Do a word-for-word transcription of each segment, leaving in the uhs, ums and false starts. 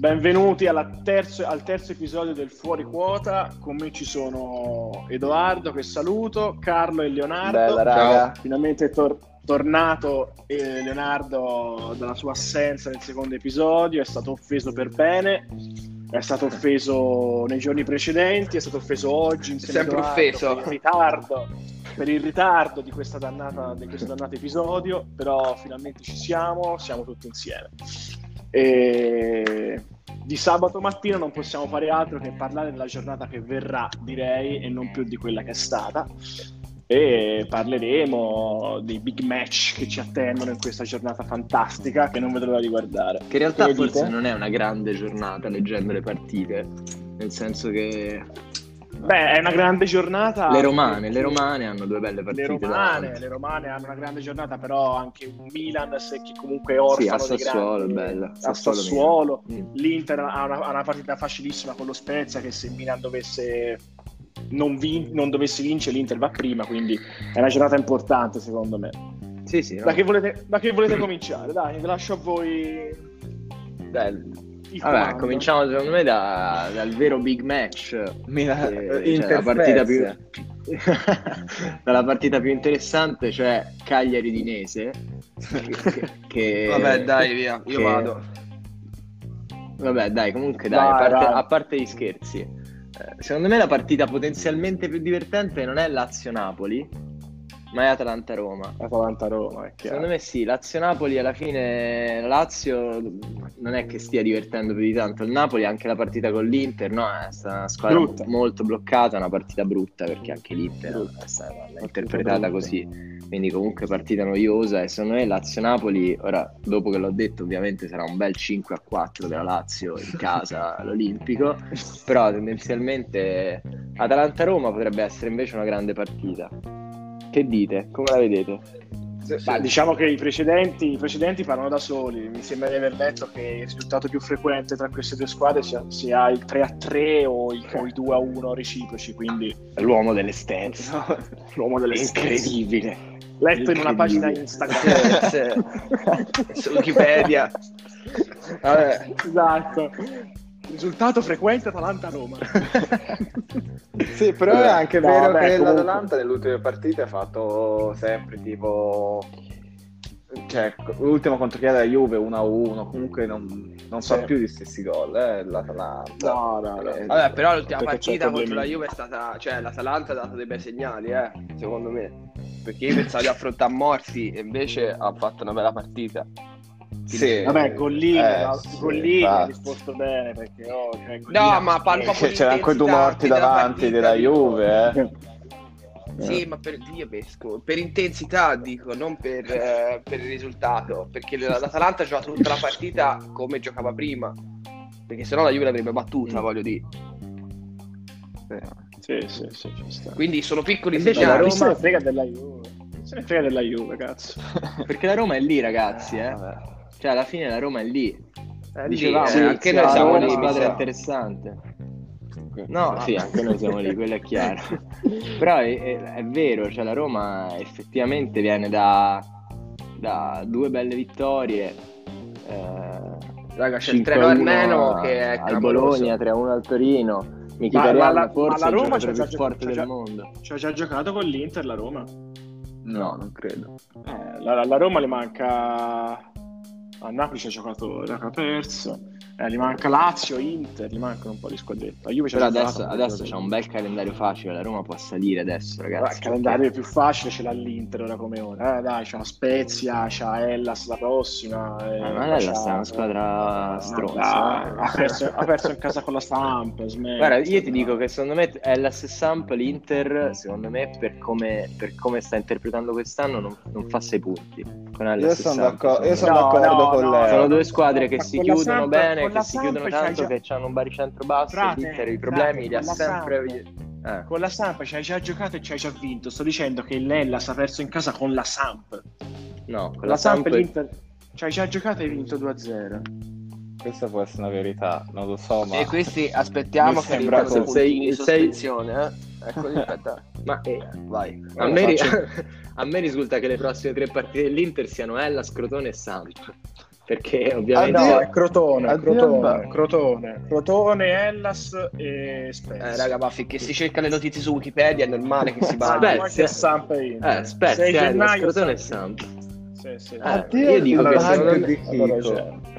Benvenuti alla terzo, al terzo episodio del Fuori Quota. Con me ci sono Edoardo, che saluto, Carlo e Leonardo. Bella raga. Finalmente è tor- tornato eh, Leonardo dalla sua assenza nel secondo episodio. È stato offeso per bene, è stato offeso nei giorni precedenti, è stato offeso oggi insieme sempre a Edoardo offeso per il ritardo, per il ritardo di questa dannata, di questo dannato episodio. Però finalmente ci siamo, siamo tutti insieme. E di sabato mattina non possiamo fare altro che parlare della giornata che verrà, direi, e non più di quella che è stata, e parleremo dei big match che ci attendono in questa giornata fantastica che non vedo l'ora di guardare. Che in realtà Che forse dite? non è una grande giornata leggendo le partite, nel senso che Beh, è una grande giornata. le romane, perché le romane hanno due belle le partite romane, davanti. le romane hanno una grande giornata, però anche un Milan se che comunque è Sì, a orfano dei Sassuolo grandi, è bella, a Sassuolo Sassuolo. Milan. Mm. L'Inter ha una, ha una partita facilissima con lo Spezia, che se il Milan dovesse non, vin- non dovesse vincere, l'Inter va prima, quindi è una giornata importante secondo me. Sì, sì, no? Da che volete, da che volete cominciare? Dai, lascio a voi Dai, il vabbè, comando. cominciamo secondo me da- dal vero big match, Milan- che- cioè, Inter la partita più Spezia. dalla partita più interessante, cioè Cagliari-Dinese, che, che- Vabbè, dai, via, io che- vado. Vabbè, dai, comunque dai, Vai, a, parte, vai. a parte gli scherzi, eh, secondo me la partita potenzialmente più divertente non è Lazio-Napoli, ma è Atalanta-Roma. Atalanta-Roma, è chiaro. Secondo me sì, Lazio-Napoli alla fine, la Lazio non è che stia divertendo più di tanto, il Napoli anche la partita con l'Inter, no, è stata una squadra Brutta. molto bloccata, una partita brutta perché anche l'Inter Brutta. è stata interpretata brutta. così, quindi comunque partita noiosa. E secondo me Lazio-Napoli, ora dopo che l'ho detto ovviamente sarà un bel cinque a quattro della Lazio in casa all'Olimpico, però tendenzialmente Atalanta-Roma potrebbe essere invece una grande partita. Che dite? Come la vedete? Ma diciamo che i precedenti, i precedenti parlano da soli. Mi sembra di aver letto che il risultato più frequente tra queste due squadre sia, sia il tre a tre o i, o i due a uno reciproci, quindi L'uomo delle stats. l'uomo delle Incredibile. letto in una pagina Incredibile. Instagram. Su Wikipedia. Vabbè, esatto. Risultato frequente Atalanta-Roma. Sì, però è anche No, vero vabbè, che comunque- l'Atalanta nelle ultime partite ha fatto sempre tipo, cioè l'ultimo contro chi era la Juve uno a uno, comunque non, non fa Sì. più gli stessi gol, eh, l'Atalanta. No, no, no. Eh, Vabbè, però l'ultima Perché c'è partita contro problemi. la Juve è stata, cioè l'Atalanta ha dato dei bei segnali, eh, secondo me. Perché io pensavo di affrontare morti e invece ha fatto una bella partita. sì. Vabbè, Gollini, Eh, no, sì, Gollini ha infatti. risposto bene perché oh, cioè, Gollini No, ha- ma parlo proprio Che c'erano anche due l'intensità morti della davanti partita, della dico. Juve, eh. Sì, ma per Dio pesco, per intensità dico, non per, eh, per il risultato, perché l- l'Atalanta ha giocato tutta la partita come giocava prima, perché sennò la Juve l'avrebbe battuta, voglio dire. Sì, sì, sì, ci sta. Quindi sono piccoli Invece segnali. la Chi se Roma- ne frega della Juve? Chi se ne frega della Juve, cazzo? Perché la Roma è lì, ragazzi, eh. Vabbè. Cioè alla fine la Roma è lì. Eh, Dicevamo, sì, sì, eh, anche sì, noi la siamo Roma è lì, una mi squadra sa. interessante. No, sì, anche noi siamo lì, quello è chiaro. Però è, è- è vero, cioè la Roma effettivamente viene da, da due belle vittorie. Eh, Raga, c'è il cinque a tre a uno meno a- che è al clamoroso. Bologna, tre a uno al Torino. Ma- Mkhitaryan ma la- forse ma la è il Roma giocatore c'ha più già- forte c'ha già- del mondo. Ci ha già giocato con l'Inter la Roma? No, non credo. Eh, la, la Roma le manca... A Napoli ci ha giocato, ha perso. Eh, gli manca Lazio, Inter, gli mancano un po' di squadrette. La Juve ci ha Però già adesso, giocato, adesso quindi- c'è un bel calendario facile, la Roma può salire adesso, Guarda, ragazzi. il calendario più facile ce l'ha l'Inter ora come ora. Eh, dai, c'ha Spezia, c'ha Hellas la prossima. eh, Eh, ma poi l'Hellas c'ha- è una squadra Ma stronza, dai, eh. ha, perso, ha perso in casa con la Samp. smetti. Guarda, io ti dico che secondo me Hellas e Samp, l'Inter, secondo me per come, per come sta interpretando quest'anno non, non fa sei punti con Io Hellas e sono Samp. d'accordo, io sono No, d'accordo no, con no, lei. Sono due squadre che Ma si con la chiudono Samp- bene, con che la si Samp chiudono c'hai tanto, già- che hanno un baricentro basso, Frate, l'Inter i frate, problemi li ha con la sempre... Samp- Eh. Con la Samp ci hai già giocato e ci hai già vinto. Sto dicendo che l'Hellas ha perso in casa con la Samp. No, con Con la la Samp Samp... l'Inter ci hai già giocato e hai vinto due a zero. Questa può essere una verità, non lo so, ma E questi aspettiamo mi che sembra arrivino così. dei puntini di Il sei- sospensione, eh? Ecco, aspetta. Ma eh, Vai. a, Eh, me, ri- faccio- a me risulta che le prossime tre partite dell'Inter siano Hellas, Crotone e Samp. perché ovviamente... Ah, no, è Crotone, Addio Crotone, al- Crotone, Crotone, Hellas e Spezia. Eh, raga, ma finché si cerca le notizie su Wikipedia è normale che si Ah, parli. Spezia. anche Samp e Inter. Eh, Spezia, sei Hellas, gennaio, Crotone e Samp. Samp. Sì, sì. Eh, Addio io dico al che allora, secondo bug me... di allora Chico. c'è.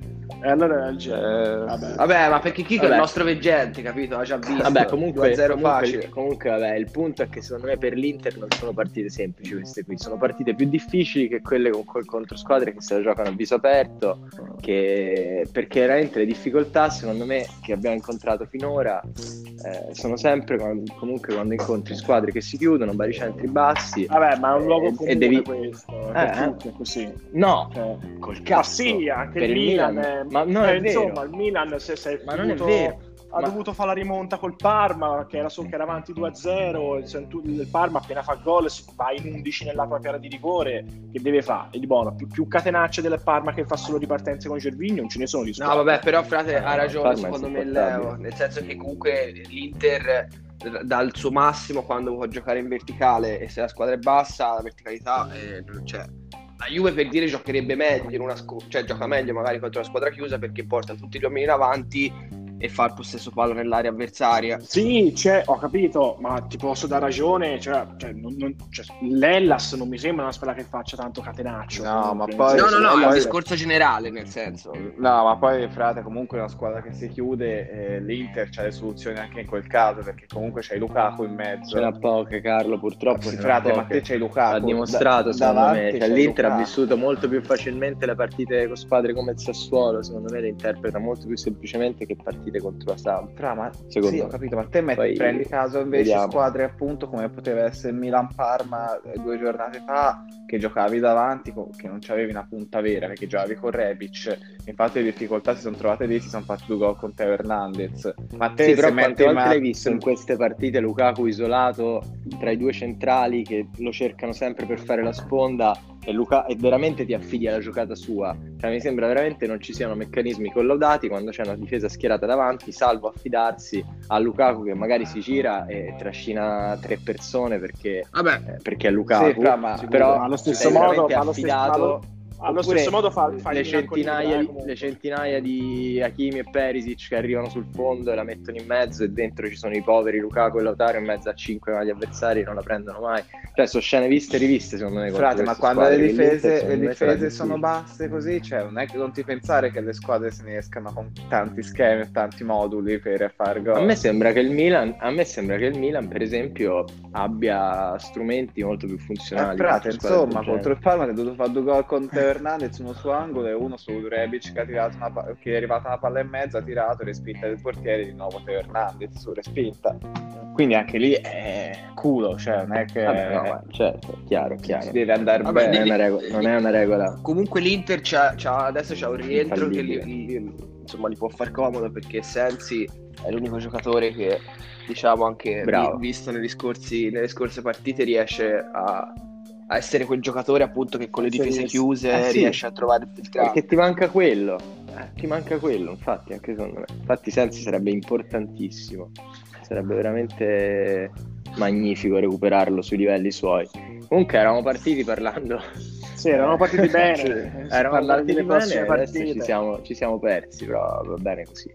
E allora è il genere. Eh, Vabbè. Vabbè, ma perché Kiko è Vabbè. il nostro veggente, capito? Ha già visto. Vabbè, comunque, zero comunque, facile. comunque, vabbè, il punto è che secondo me per l'Inter non sono partite semplici queste qui, sono partite più difficili che quelle con, con- contro squadre che se la giocano a viso aperto, che, perché veramente le difficoltà secondo me che abbiamo incontrato finora eh, sono sempre quando- comunque quando incontri squadre che si chiudono, baricentri bassi. Vabbè, ma è un luogo Eh, comune e devi- questo, Eh, per eh. tutti è così. No, Cioè, col ma cazzo. sì, anche per il Milan, è- ma non eh, è vero. insomma, il Milan se, se è Ma non è dovuto- vero. ha Ma- dovuto fare la rimonta col Parma, che era, solo, che era avanti due a zero, il, il Parma appena fa gol si va in undici nella propria area di rigore, che deve fare? E di buono, più, più catenacce del Parma che fa solo ripartenze con Gervinho, non ce ne sono di No, squadre. vabbè, però frate Eh, ha ragione, Parma è secondo me insopportabile. Leo, nel senso che comunque l'Inter d- dal suo massimo quando può giocare in verticale, e se la squadra è bassa, la verticalità eh, non c'è. La Juve per dire giocherebbe meglio in una scu- cioè gioca meglio magari contro una squadra chiusa perché porta tutti gli uomini in avanti e fa il possesso palla nell'area avversaria. Sì, c'è, ho capito, ma ti posso dare ragione, cioè, cioè, non, non, cioè, l'Hellas non mi sembra una squadra che faccia tanto catenaccio. No, comunque. ma poi- No, no, no, è un poi- discorso generale, nel senso. No, ma poi frate, comunque è una squadra che si chiude, eh, l'Inter c'ha le soluzioni anche in quel caso, perché comunque c'hai Lukaku in mezzo. Ce n'ha poche, Carlo, purtroppo. Sì, ce n'ha frate, ma poche. te c'hai Lukaku. Ha dimostrato, Da- secondo davanti me. Cioè, c'hai l'Inter ha Lukaku. vissuto molto più facilmente le partite con squadre come il Sassuolo. Secondo me le interpreta molto più semplicemente che partite contro la Samp. Fra, ma Secondo sì, me. ho capito, ma te metti, Poi prendi caso invece vediamo. squadre appunto come poteva essere il Milan-Parma eh, due giornate fa, che giocavi davanti, co- che non c'avevi una punta vera, perché giocavi con Rebic, infatti le difficoltà si sono trovate lì, si sono fatti due gol con Teo Hernandez. Ma te Sì, se però metti quante volte ma- l'hai visto in queste partite Lukaku isolato tra i due centrali che lo cercano sempre per fare la sponda e, Luca- e veramente ti affidi alla giocata sua? Cioè, mi sembra veramente non ci siano meccanismi collaudati quando c'è una difesa schierata davanti, salvo affidarsi a Lukaku che magari si gira e trascina tre persone perché, Vabbè, eh, perché è Lukaku. Sì, fra, ma- però ma allo stesso sei modo, veramente ma allo stesso- affidato. ma allo- allo Oppure stesso modo fa, fa le, il centinaia Milan di, con il- le centinaia di Hakimi e Perisic che arrivano sul fondo e la mettono in mezzo e dentro ci sono i poveri Lukaku e Lautaro in mezzo a cinque magli avversari e non la prendono mai. Cioè sono scene viste e riviste secondo me. Frate, contro ma queste quando squadre le che l'Inter, difese, secondo le me, sarà difese sono difficile. basse così, cioè non è che non ti pensare che le squadre se ne escano con tanti schemi e tanti moduli per fare gol. A me sembra che il Milan, a me sembra che il Milan, per esempio, abbia strumenti molto più Eh, funzionali. frate, contro squadre insomma, del contro il Parma ti è dovuto fare due gol con Teo Hernandez, uno su angolo e uno su Rebic che, ha tirato una pa- che è arrivata una palla e mezzo, ha tirato, respinta del portiere, di nuovo Teo Hernandez su respinta. Quindi anche lì è culo, cioè non è che Vabbè, no, ma certo, chiaro, chiaro. si deve andare Vabbè, Non è bene. una regola, non è una regola. comunque l'Inter c'ha, c'ha- adesso c'ha un rientro che Infallibile. li, li- insomma, gli può far comodo perché Sensi è l'unico giocatore che, diciamo, anche Bravo. vi- visto negli scorsi, nelle scorse partite riesce a, a essere quel giocatore appunto che con le Sì, difese sì. chiuse Eh, sì. riesce a trovare il filtrato. Perché ti manca quello, eh, ti manca quello, infatti, anche secondo me. Infatti Sensi sarebbe importantissimo, sarebbe veramente magnifico recuperarlo sui livelli suoi. Comunque eravamo partiti parlando... Sì, eravamo partiti bene. Sì, Si eravamo parlava partiti delle bene, prossime adesso partite. ci siamo, ci siamo persi, però va bene così.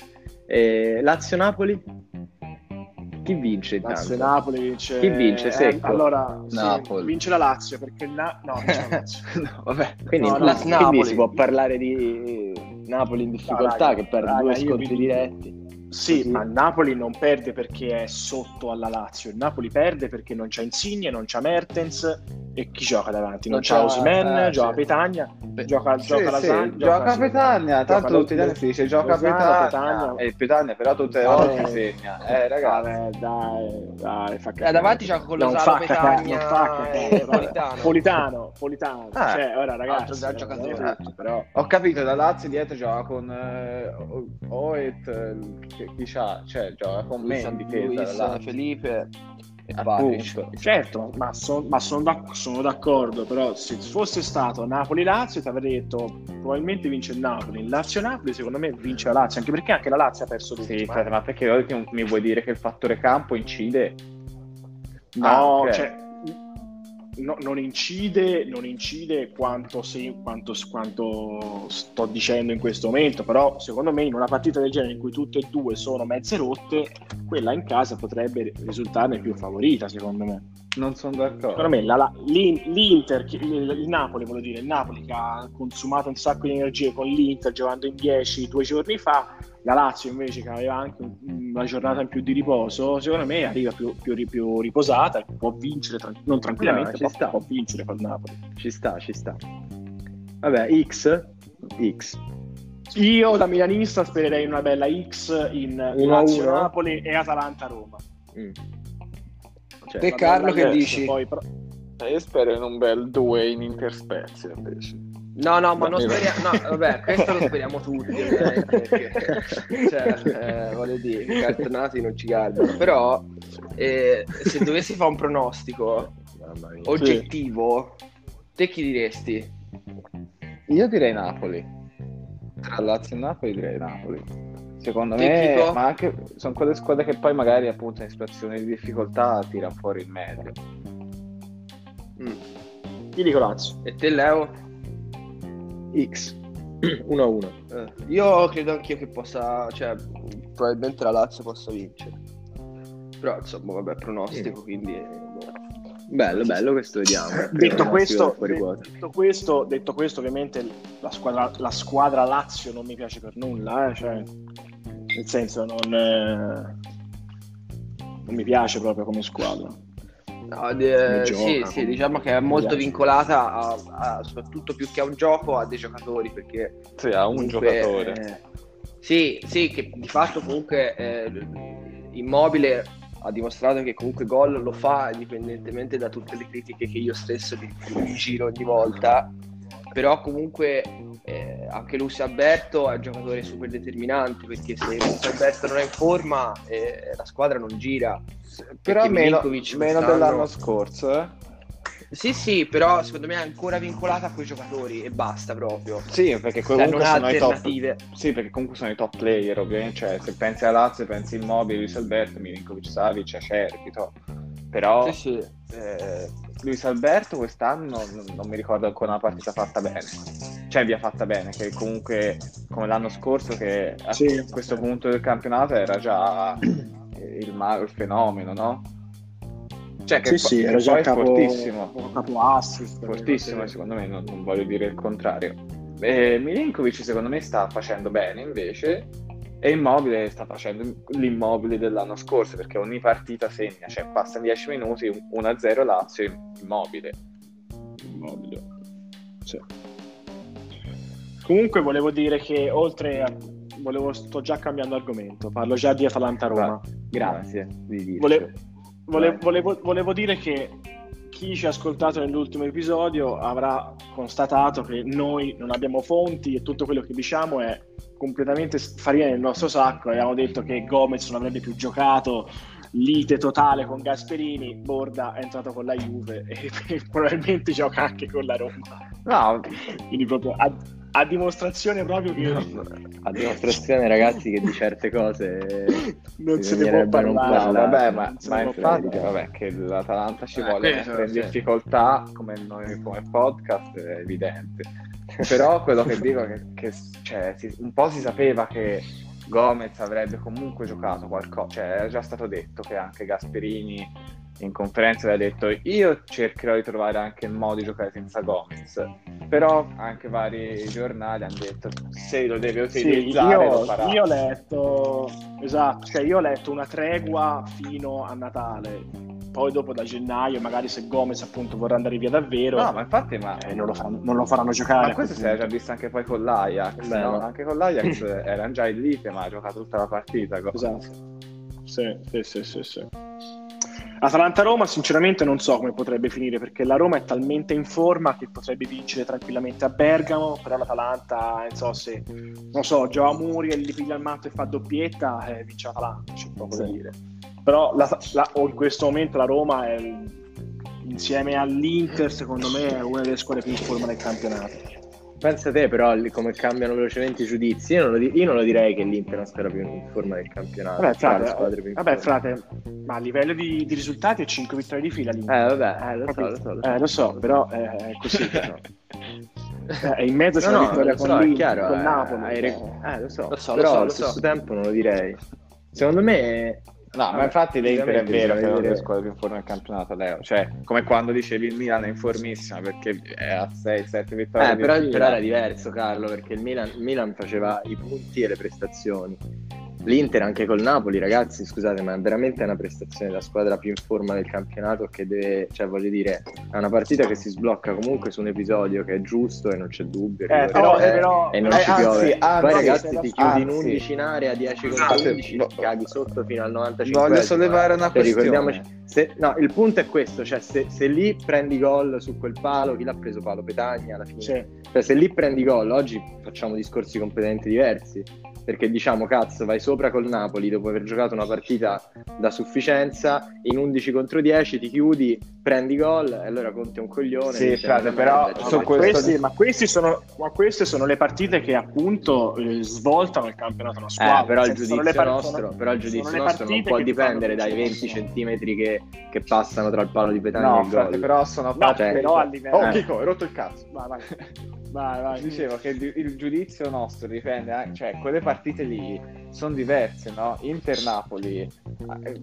E Lazio-Napoli? Chi vince intanto? Lazio Napoli vince. Chi vince, Eh, Secco? allora, sì, Napoli. vince la Lazio perché na- no, vince la Lazio. No, vabbè. Quindi, No, no, quindi Napoli. si può parlare di Napoli in difficoltà, raga, che perde raga, due io scontri vi- diretti. Sì, Così. ma il Napoli non perde perché è sotto alla Lazio. Il Napoli perde perché non c'ha Insigne, non c'ha Mertens e chi gioca davanti? Non, Non c'ha c'ha- Osimhen, eh, gioca sì. Petagna, gioca, Sì, gioca sì, Lasagna, gioca sì, Petagna, gioca tanto Lo- tutti gli anni si dice gioca Lozano, Petagna, Petagna. e Petagna però tutte le Vabbè. volte segna. Eh ragazzi, Vabbè, dai, dai, fa Eh, cagare. davanti gioca con Non Lozano, fa cagare, Petagna non fa cagare, e vabbè. Politano. Politano, Politano. Ah, cioè, ora ragazzi, altro gran eh, giocatore. eh, tutti, però ho capito, da Lazio dietro gioca con eh, O- Oet, eh, che- chi c'ha? Cioè gioca con me Luis, in difesa. Luis da Lazio. Felipe e Appunto. Patrick. certo, ma, son- ma sono, d'ac- sono d'accordo, però se fosse stato Napoli-Lazio ti avrei detto probabilmente vince il Napoli. Il Lazio-Napoli secondo me vince la Lazio, anche perché anche la Lazio ha perso tutto. Sì, frate, ma perché ora che mi vuoi dire che il fattore campo incide? No, Ah, ok. cioè no, non incide, non incide quanto, se, quanto, quanto sto dicendo in questo momento, però secondo me in una partita del genere in cui tutte e due sono mezze rotte, quella in casa potrebbe risultarne più favorita, secondo me. Non sono d'accordo. Secondo me la, la, l'Inter, il, il Napoli, voglio dire, il Napoli che ha consumato un sacco di energie con l'Inter giocando in dieci due giorni fa, la Lazio invece che aveva anche una giornata in più di riposo, secondo me arriva più, più, più riposata e può vincere, tra- non tranquillamente, No, ci ma sta. può vincere col Napoli. Ci sta, ci sta. Vabbè, X. X. Io da milanista spererei una bella X in uno a uno. Lazio-Napoli e Atalanta-Roma. Mm. Te Una Carlo bella che X, dici? poi, però- Eh, Io spero in un bel due in Interspezia invece. No, no, ma non Beh, speriamo. No, vabbè, questo lo speriamo tutti, ovviamente, perché, cioè, eh, voglio dire, i cartonati non ci guardano. Però, eh, se dovessi fare un pronostico Mamma mia. oggettivo, te chi diresti? Io direi Napoli. Tra Lazio e Napoli direi Napoli. Secondo Tecnico? me, ma anche sono quelle squadre che poi magari appunto in situazioni di difficoltà tirano fuori il meglio. Mm. io dico Lazio. E te, Leo? X. uno a uno. Eh, io credo anch'io che possa, cioè, probabilmente la Lazio possa vincere. Però, insomma, vabbè, pronostico, quindi... eh, boh. Bello, bello, questo vediamo. Detto questo, fuori quota. detto questo, detto questo, ovviamente la squadra, la squadra Lazio non mi piace per nulla, eh, cioè, nel senso non, eh, non mi piace proprio come squadra. No, de- Come sì, gioca, sì, come- diciamo che è molto piace. vincolata a, a- soprattutto più che a un gioco, a dei giocatori, perché Sì, ha un comunque, giocatore. eh, sì, sì, che di fatto comunque eh, Immobile ha dimostrato che comunque gol lo fa indipendentemente da tutte le critiche che io stesso gli, gli giro ogni volta. Però comunque eh, anche Luis Alberto è un giocatore super determinante, perché se Luis Alberto non è in forma eh, la squadra non gira. Però Perché meno, Milinkovic meno quest'anno- dell'anno scorso, eh? Sì, sì, però secondo me è ancora vincolata a quei giocatori e basta proprio. Sì, perché Cioè, comunque non ha sono i top. alternative. Sì, perché comunque sono i top player, ovviamente. Cioè, se pensi a Lazio, pensi Immobile, Luis Alberto, Milinkovic, Savic, Acerbi, to. Però Sì, sì. eh, Luis Alberto quest'anno non, non mi ricordo ancora una partita fatta bene. Cioè, via fatta bene, che comunque come l'anno scorso che a Sì. questo punto del campionato era già il, ma- il fenomeno, no? Cioè, che Sì, po- sì, che era già poi è capo, fortissimo. capo assist. Fortissimo, Sì. secondo me, non, non voglio dire il contrario. Eh, Milinkovic secondo me sta facendo bene invece, e Immobile sta facendo l'immobile dell'anno scorso, perché ogni partita segna, cioè passa in dieci minuti uno a zero Lazio, Immobile. Immobile. Sì. Comunque volevo dire che oltre a... volevo sto già cambiando argomento, parlo già di Atalanta-Roma. Grazie di dirci. Vole- vole- Vai. volevo, volevo dire che chi ci ha ascoltato nell'ultimo episodio avrà constatato che noi non abbiamo fonti e tutto quello che diciamo è completamente farina nel nostro sacco. Abbiamo detto che Gomez non avrebbe più giocato, lite totale con Gasperini, Borda è entrato con la Juve e, e probabilmente gioca anche con la Roma. No, Quindi proprio a, a dimostrazione proprio che A dimostrazione, ragazzi, che di certe cose non se ne può bisognerebbe non parlare. no, parlare. vabbè, ma, Non se ma ne può infatti, parlare. vabbè, che l'Atalanta ci Eh, vuole questo, mettere in sì. difficoltà come noi come podcast è evidente. Però quello che dico è che, che cioè, si- un po' si sapeva che Gomez avrebbe comunque giocato qualcosa, cioè era già stato detto che anche Gasperini in conferenza aveva detto io cercherò di trovare anche il modo di giocare senza Gomez, però anche vari giornali hanno detto se lo deve Sì, utilizzare lo io, farà. io ho letto esatto, cioè io ho letto una tregua fino a Natale, poi dopo da gennaio magari se Gomez appunto vorrà andare via davvero No, ma infatti, ma, eh, non, lo fanno- non lo faranno giocare. ma questo si era già visto anche poi con l'Ajax, Bello. no? Anche con l'Ajax erano già in lite, ma ha giocato tutta la partita. Gomez. Esatto. Sì, sì, sì, sì, sì. Atalanta-Roma sinceramente non so come potrebbe finire, perché la Roma è talmente in forma che potrebbe vincere tranquillamente a Bergamo, però l'Atalanta non so se non so, Joao Muriel gli piglia il matto e fa doppietta, eh, vince l'Atalanta, c'è poco da Sì. dire. Però la, la- o in questo momento la Roma è il- insieme all'Inter secondo me è una delle squadre più in forma del campionato. pensa te però lì come cambiano velocemente i giudizi. Io non lo, di- io non lo direi che l'Inter è una squadra più in forma del campionato. Vabbè, tra le frate, squadre più in vabbè, forma. frate, ma a livello di, di risultati è cinque vittorie di fila l'Inter. Eh vabbè, eh, lo so, Capito? lo so, lo so. Eh, lo so, però eh, è così. No. Eh, in mezzo c'è No, una no, vittoria lo con so, è l'Inter, chiaro, con eh, Napoli. hai eh. rec- eh, lo so, Lo so, lo però so, allo lo stesso so. tempo non lo direi. Secondo me No, vabbè, ma infatti l'Inter è ovviamente vero bisogna che è una delle vedere- squadre più in forma del campionato, Leo. Cioè, come quando dicevi il Milan è in formissima perché è a sei sette vittorie Eh, di però, fila. però era diverso, Carlo, perché il Milan, il Milan faceva i punti e le prestazioni. L'Inter anche col Napoli, ragazzi, scusate, ma è veramente una prestazione da squadra più in forma del campionato che deve, cioè voglio dire, è una partita che si sblocca comunque su un episodio che è giusto e non c'è dubbio. Eh, rigore però, c'è, eh, però- e non eh, ci anzi, piove. anzi, Poi ragazzi ti chiudi in anzi. undici in area, dieci contro Scusate, undici, vo- ti caghi sotto fino al novantacinque. Voglio sollevare una Cioè, questione. ricordiamoci, se, no, il punto è questo, cioè se, se lì prendi gol su quel palo, chi l'ha preso palo? Petagna alla fine. Sì. Cioè, se lì prendi gol, oggi facciamo discorsi completamente diversi, perché diciamo, cazzo, vai sopra col Napoli dopo aver giocato una partita da sufficienza, in undici contro dieci ti chiudi, prendi gol e allora conti un coglione. Sì, dici, frate, "Eh, però merda, su cioè, ma, questo- questi, ma, questi sono, ma queste sono le partite che appunto eh, svoltano il campionato una squadra. Eh, però il Cioè, sono giudizio le par- nostro, sono- però il sono giudizio le nostro non partite può che ti dipendere fanno dai venti vincere. centimetri che, che passano tra il palo di Petagna No, e il frate, gol. però sono No, fatte... però a livello- Oh, Eh. Chico, hai rotto il cazzo. Vai, vai. Vai, vai. Dicevo che il, il giudizio nostro dipende anche, cioè quelle partite lì sono diverse, no? Inter-Napoli eh,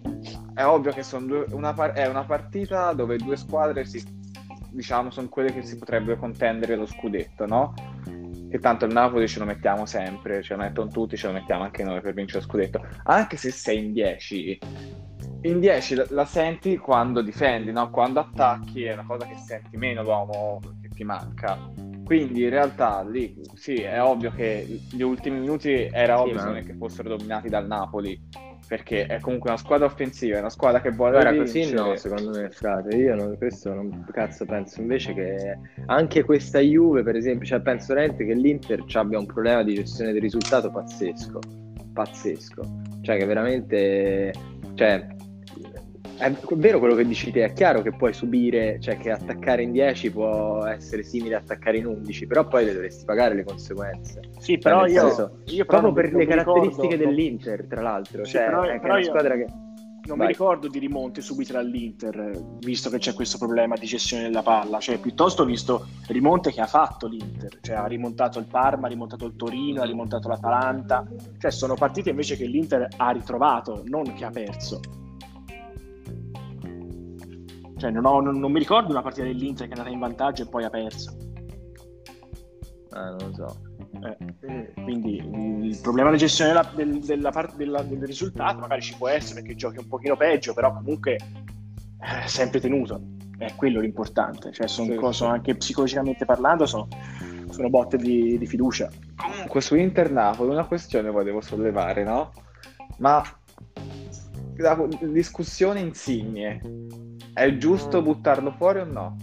è ovvio che sono due, una, par- è una partita dove due squadre si, diciamo sono quelle che si potrebbero contendere lo scudetto, no? Che tanto il Napoli ce lo mettiamo sempre, ce lo mettono tutti, ce lo mettiamo anche noi per vincere lo scudetto, anche se sei in dieci. In dieci la, la senti quando difendi, no? Quando attacchi è una cosa che senti meno l'uomo che ti manca. Quindi in realtà lì sì, è ovvio che gli ultimi minuti era ovvio ma- secondo me che fossero dominati dal Napoli, perché è comunque una squadra offensiva, è una squadra che vuole Guarda, vincere. così no, secondo me, frate, io non, questo non, cazzo, penso invece che anche questa Juve, per esempio, cioè penso veramente che l'Inter ci abbia un problema di gestione del risultato pazzesco, pazzesco, cioè che veramente, cioè, è vero quello che dici te, è chiaro che puoi subire, cioè che attaccare in dieci può essere simile a attaccare in undici, però poi le dovresti pagare le conseguenze. Sì, però Cioè, nel io, senso, io però proprio non- per non le mi caratteristiche ricordo- dell'Inter, tra l'altro, Sì, cioè però- è che però è una io- squadra che Non Vai. mi ricordo di rimonte subite all'Inter, visto che c'è questo problema di gestione della palla, cioè piuttosto ho visto rimonte che ha fatto l'Inter, cioè ha rimontato il Parma, ha rimontato il Torino, ha rimontato l'Atalanta, cioè sono partite invece che l'Inter ha ritrovato, non che ha perso. Cioè non, ho- non- non mi ricordo una partita dell'Inter che è andata in vantaggio e poi ha perso. Ah, non lo so. Eh, quindi il problema della gestione della, del, della parte della- del risultato magari ci può essere perché giochi un pochino peggio, però comunque è sempre tenuto, è quello l'importante, cioè sono Sì, cose sì. anche psicologicamente parlando sono, sono botte di, di fiducia. Comunque su Inter Napoli una questione volevo sollevare, no? Ma la discussione Insigne è giusto buttarlo fuori o no?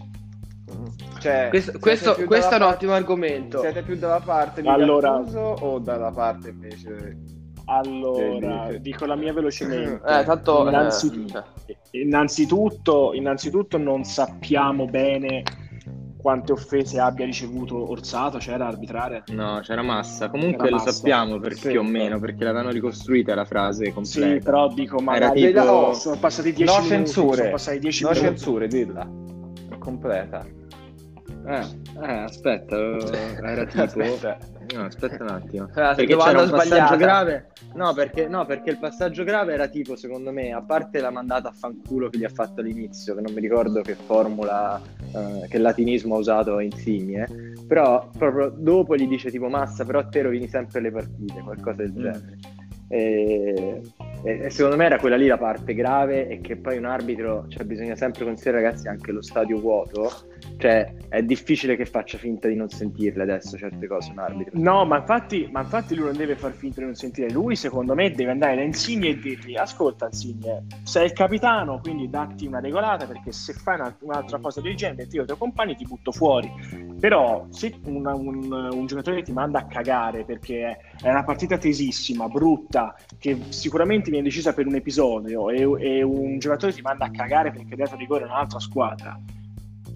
Cioè, Questo, siete questo, più questo è un dalla ottimo argomento. Siete più dalla parte di Allora- Gattuso o dalla parte invece? Allora, Sì, sì. dico la mia velocemente. Eh, tanto, Innanzi- eh, innanzitutto, innanzitutto non sappiamo bene quante offese abbia ricevuto Orsato, c'era arbitrare. No, c'era Massa. Comunque C'era lo Massa. sappiamo per, Sì. più o meno, perché l'avevano ricostruita la frase completa. Sì, però dico magari tipo- oh, sono passati dieci No minuti, censure, sono passati dieci no minuti. censure, dilla. È completa. Eh, eh, aspetta, eh, era tipo... Aspetta. No, aspetta un attimo. Ah, Perché domanda c'era un passaggio sbagliata. grave. No, perché, no, perché il passaggio grave era tipo, secondo me, a parte la mandata a fanculo che gli ha fatto all'inizio, che non mi ricordo che formula, eh, che latinismo ha usato Insigne, però proprio dopo gli dice tipo Massa, però a te rovini sempre le partite, qualcosa del genere. E, e secondo me era quella lì la parte grave, e che poi un arbitro, cioè bisogna sempre considerare, ragazzi, anche lo stadio vuoto, cioè è difficile che faccia finta di non sentirle adesso certe cose un arbitro. No, ma infatti, ma infatti lui non deve far finta di non sentire. Lui, secondo me, deve andare da Insigne e dirgli: ascolta Insigne, sei il capitano, quindi datti una regolata, perché se fai una- un'altra cosa del genere, io e i tuoi compagni ti butto fuori. Però se una- un, un giocatore ti manda a cagare perché è una partita tesissima, brutta, che sicuramente viene decisa per un episodio, e, e un giocatore ti manda a cagare perché ha dato rigore a un'altra squadra,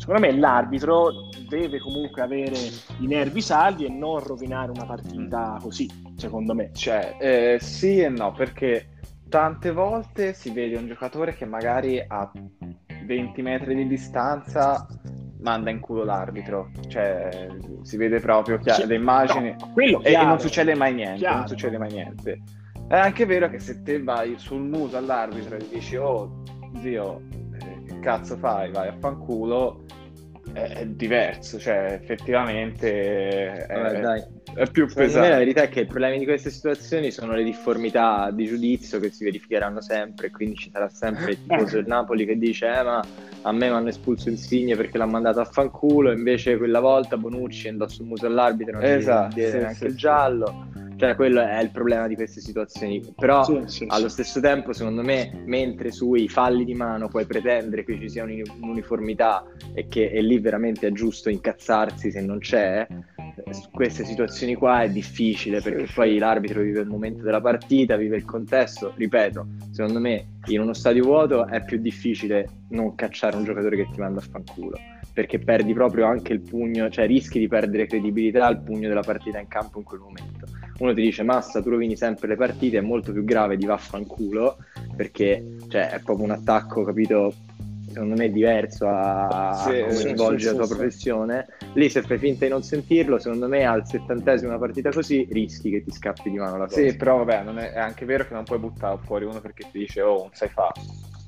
secondo me l'arbitro deve comunque avere i nervi saldi e non rovinare una partita così, secondo me. Cioè, eh, sì e no, perché tante volte si vede un giocatore che magari a venti metri di distanza manda in culo l'arbitro, cioè si vede proprio chiaro, Sì, le immagini, no, quello e, e chiaro, non succede mai niente, chiaro. non succede mai niente. È anche vero che se te vai sul muso all'arbitro e gli dici oh zio, eh, che cazzo fai, vai a fanculo, è, è diverso, cioè effettivamente è, Vabbè, dai. è più Secondo me la pesante. verità è che i problemi di queste situazioni sono le difformità di giudizio che si verificheranno sempre, quindi ci sarà sempre il tifoso del Napoli che dice eh ma a me mi hanno espulso Insigne perché l'ha mandato a fanculo, invece quella volta Bonucci andò sul muso all'arbitro e non Esatto, gli diede sì, neanche sì, il sì. giallo. Cioè quello è il problema di queste situazioni, però Sì, sì, allo sì. stesso tempo secondo me mentre sui falli di mano puoi pretendere che ci sia un'uni- un'uniformità e che è lì veramente è giusto incazzarsi se non c'è, su queste situazioni qua è difficile perché Sì, poi sì. l'arbitro vive il momento della partita, vive il contesto, ripeto, secondo me in uno stadio vuoto è più difficile non cacciare un giocatore che ti manda a fanculo, perché perdi proprio anche il pugno, cioè rischi di perdere credibilità al pugno della partita in campo in quel momento. Uno ti dice Massa, tu rovini sempre le partite, è molto più grave di vaffanculo, perché cioè, è proprio un attacco, capito? Secondo me è diverso a, Sì, a come sì, svolge sì, la sì, tua sì. professione. Lì se fai finta di non sentirlo, secondo me al settantesimo una partita così rischi che ti scappi di mano la cosa. Sì, però vabbè, non è, è anche vero che non puoi buttare fuori uno perché ti dice oh, non sai fare.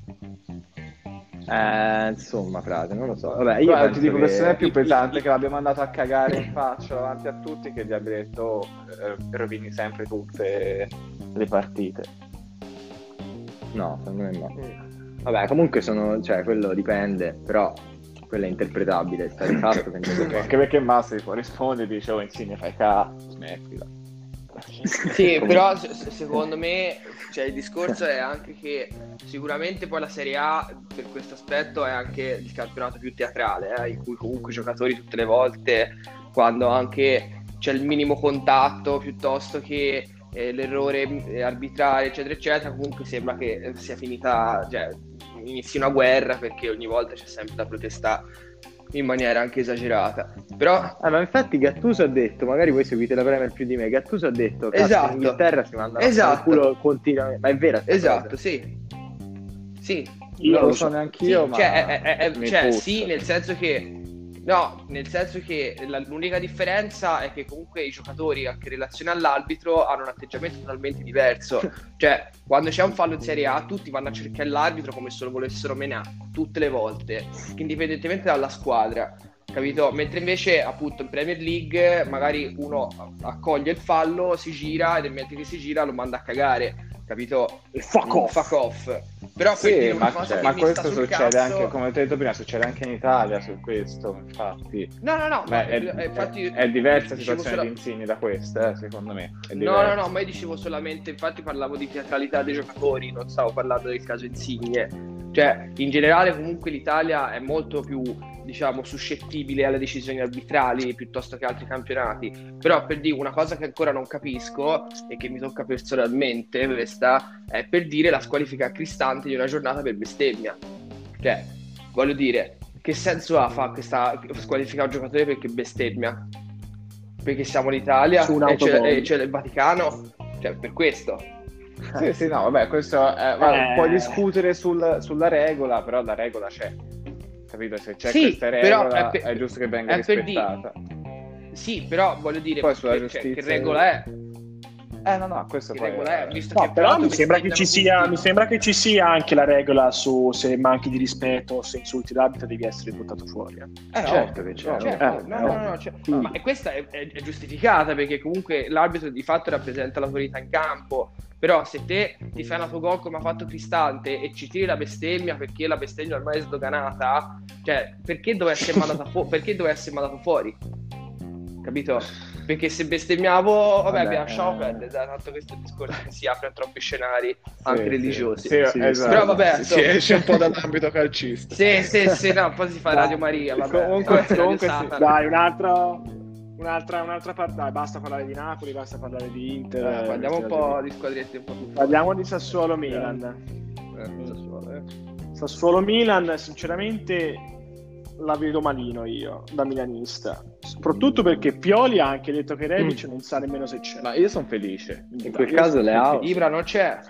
Eh, insomma, frate, non lo so. Vabbè, io Guarda, penso ti dico, che... questione è più pesante che l'abbia mandato a cagare in faccia davanti a tutti che gli abbia detto oh, eh, rovini sempre tutte le partite. No, secondo me no. Vabbè, comunque sono, cioè, quello dipende, però quello è interpretabile, sta di fatto che Anche anche perché Massa ti può rispondere e dice oh, Insigne fai cazzo, smettila. Sì, però se- se- secondo me cioè, il discorso è anche che sicuramente poi la Serie A per questo aspetto è anche il campionato più teatrale, eh, in cui comunque i giocatori tutte le volte, quando anche c'è il minimo contatto piuttosto che eh, l'errore eh, arbitrale, eccetera, eccetera, comunque sembra che eh, sia finita, cioè inizi una guerra perché ogni volta c'è sempre da protestare in maniera anche esagerata. Però Ah, ma infatti Gattuso ha detto, magari voi seguite la Premier più di me, Gattuso ha detto cazzo, Esatto. in Inghilterra si mandano Esatto. a culo continuamente, ma è vera sta esatto, cosa? sì. Sì. Io Non lo lo so. so neanch'io, Sì, ma cioè, è- è- è- mi cioè, puzza. sì, nel senso che no, nel senso che la- l'unica differenza è che comunque i giocatori anche in relazione all'arbitro hanno un atteggiamento totalmente diverso. Cioè, quando c'è un fallo in Serie A, tutti vanno a cercare l'arbitro come se lo volessero menare tutte le volte, indipendentemente dalla squadra. Capito? Mentre invece appunto in Premier League magari uno accoglie il fallo, si gira e nel mentre che si gira lo manda a cagare, capito? E fuck off. Fuck off. Però per Sì, dire una ma, cosa che ma mi questo sta sul succede cazzo- anche, come ho detto prima, succede anche in Italia su questo, infatti. No, no, no, Beh, ma, è, eh, infatti è- è diversa dicevo situazione sola- di Insigne da questa, eh, secondo me. È No, diversa. no, no, ma io dicevo solamente, infatti parlavo di teatralità dei giocatori, non stavo parlando del caso Insigne. Cioè, in generale comunque l'Italia è molto più, diciamo, suscettibile alle decisioni arbitrali piuttosto che altri campionati. Però per dire una cosa che ancora non capisco e che mi tocca personalmente, questa è per dire la squalifica a Cristante di una giornata per bestemmia. Cioè, voglio dire, che senso ha fa questa squalifica un giocatore perché bestemmia? Perché siamo in Italia Su un e c'è, autogol. e c'è il Vaticano, cioè per questo. Sì, sì, no, vabbè, questo è, guarda, Eh. puoi discutere sul- sulla regola, però la regola c'è. Capito? Se c'è Sì, questa però regola è è, per- giusto che venga è per dire- rispettata. Sì, però voglio dire, Poi sulla che, cioè, che giustizia- regola è? Eh no, no, questo Che poi regola è? è... Visto No, che però tanto mi sembra, che ci bestemmiano sia, tutti. mi sembra che ci sia anche la regola su se manchi di rispetto o se insulti l'arbitro devi essere buttato fuori. eh. Eh, Certo ovvio, che c'è. ovvio. Certo, Eh, no, eh, no, no, ovvio. no, cioè- Quindi- ma e questa è, è- è giustificata perché comunque l'arbitro di fatto rappresenta l'autorità in campo. Però se te ti fai un autogol come ha fatto Cristante e ci tiri la bestemmia perché la bestemmia ormai è sdoganata, cioè perché doveva essere mandata fu- perché doveva essere mandato fuori? Capito? Perché se bestemmiavo, vabbè, Vabbè, abbiamo lasciamo eh. perdere, dai, tanto questo discorso che si apre a troppi scenari anche Sì, religiosi. Sì, Sì, esatto. Però vabbè, si, si insomma. esce un po' dall'ambito calcista. Sì, sì, sì, no, poi si fa Dai. Radio Maria, vabbè. Comunque- Anzi, Radio comunque sì. Satana. Dai, un'altra, un'altra, un'altra parte. Dai, basta parlare di Napoli, basta parlare di Inter. Eh, parliamo un eh, po' di squadrette un po' più Parliamo di Sassuolo-Milan. Eh, Sassuolo, eh. Sassuolo-Milan, sinceramente, la vedo malino io, da milanista. Soprattutto perché Pioli ha anche detto che Rebic mm. non sa nemmeno se c'è. Ma io sono felice. In quel caso Leao... Ibra non c'è.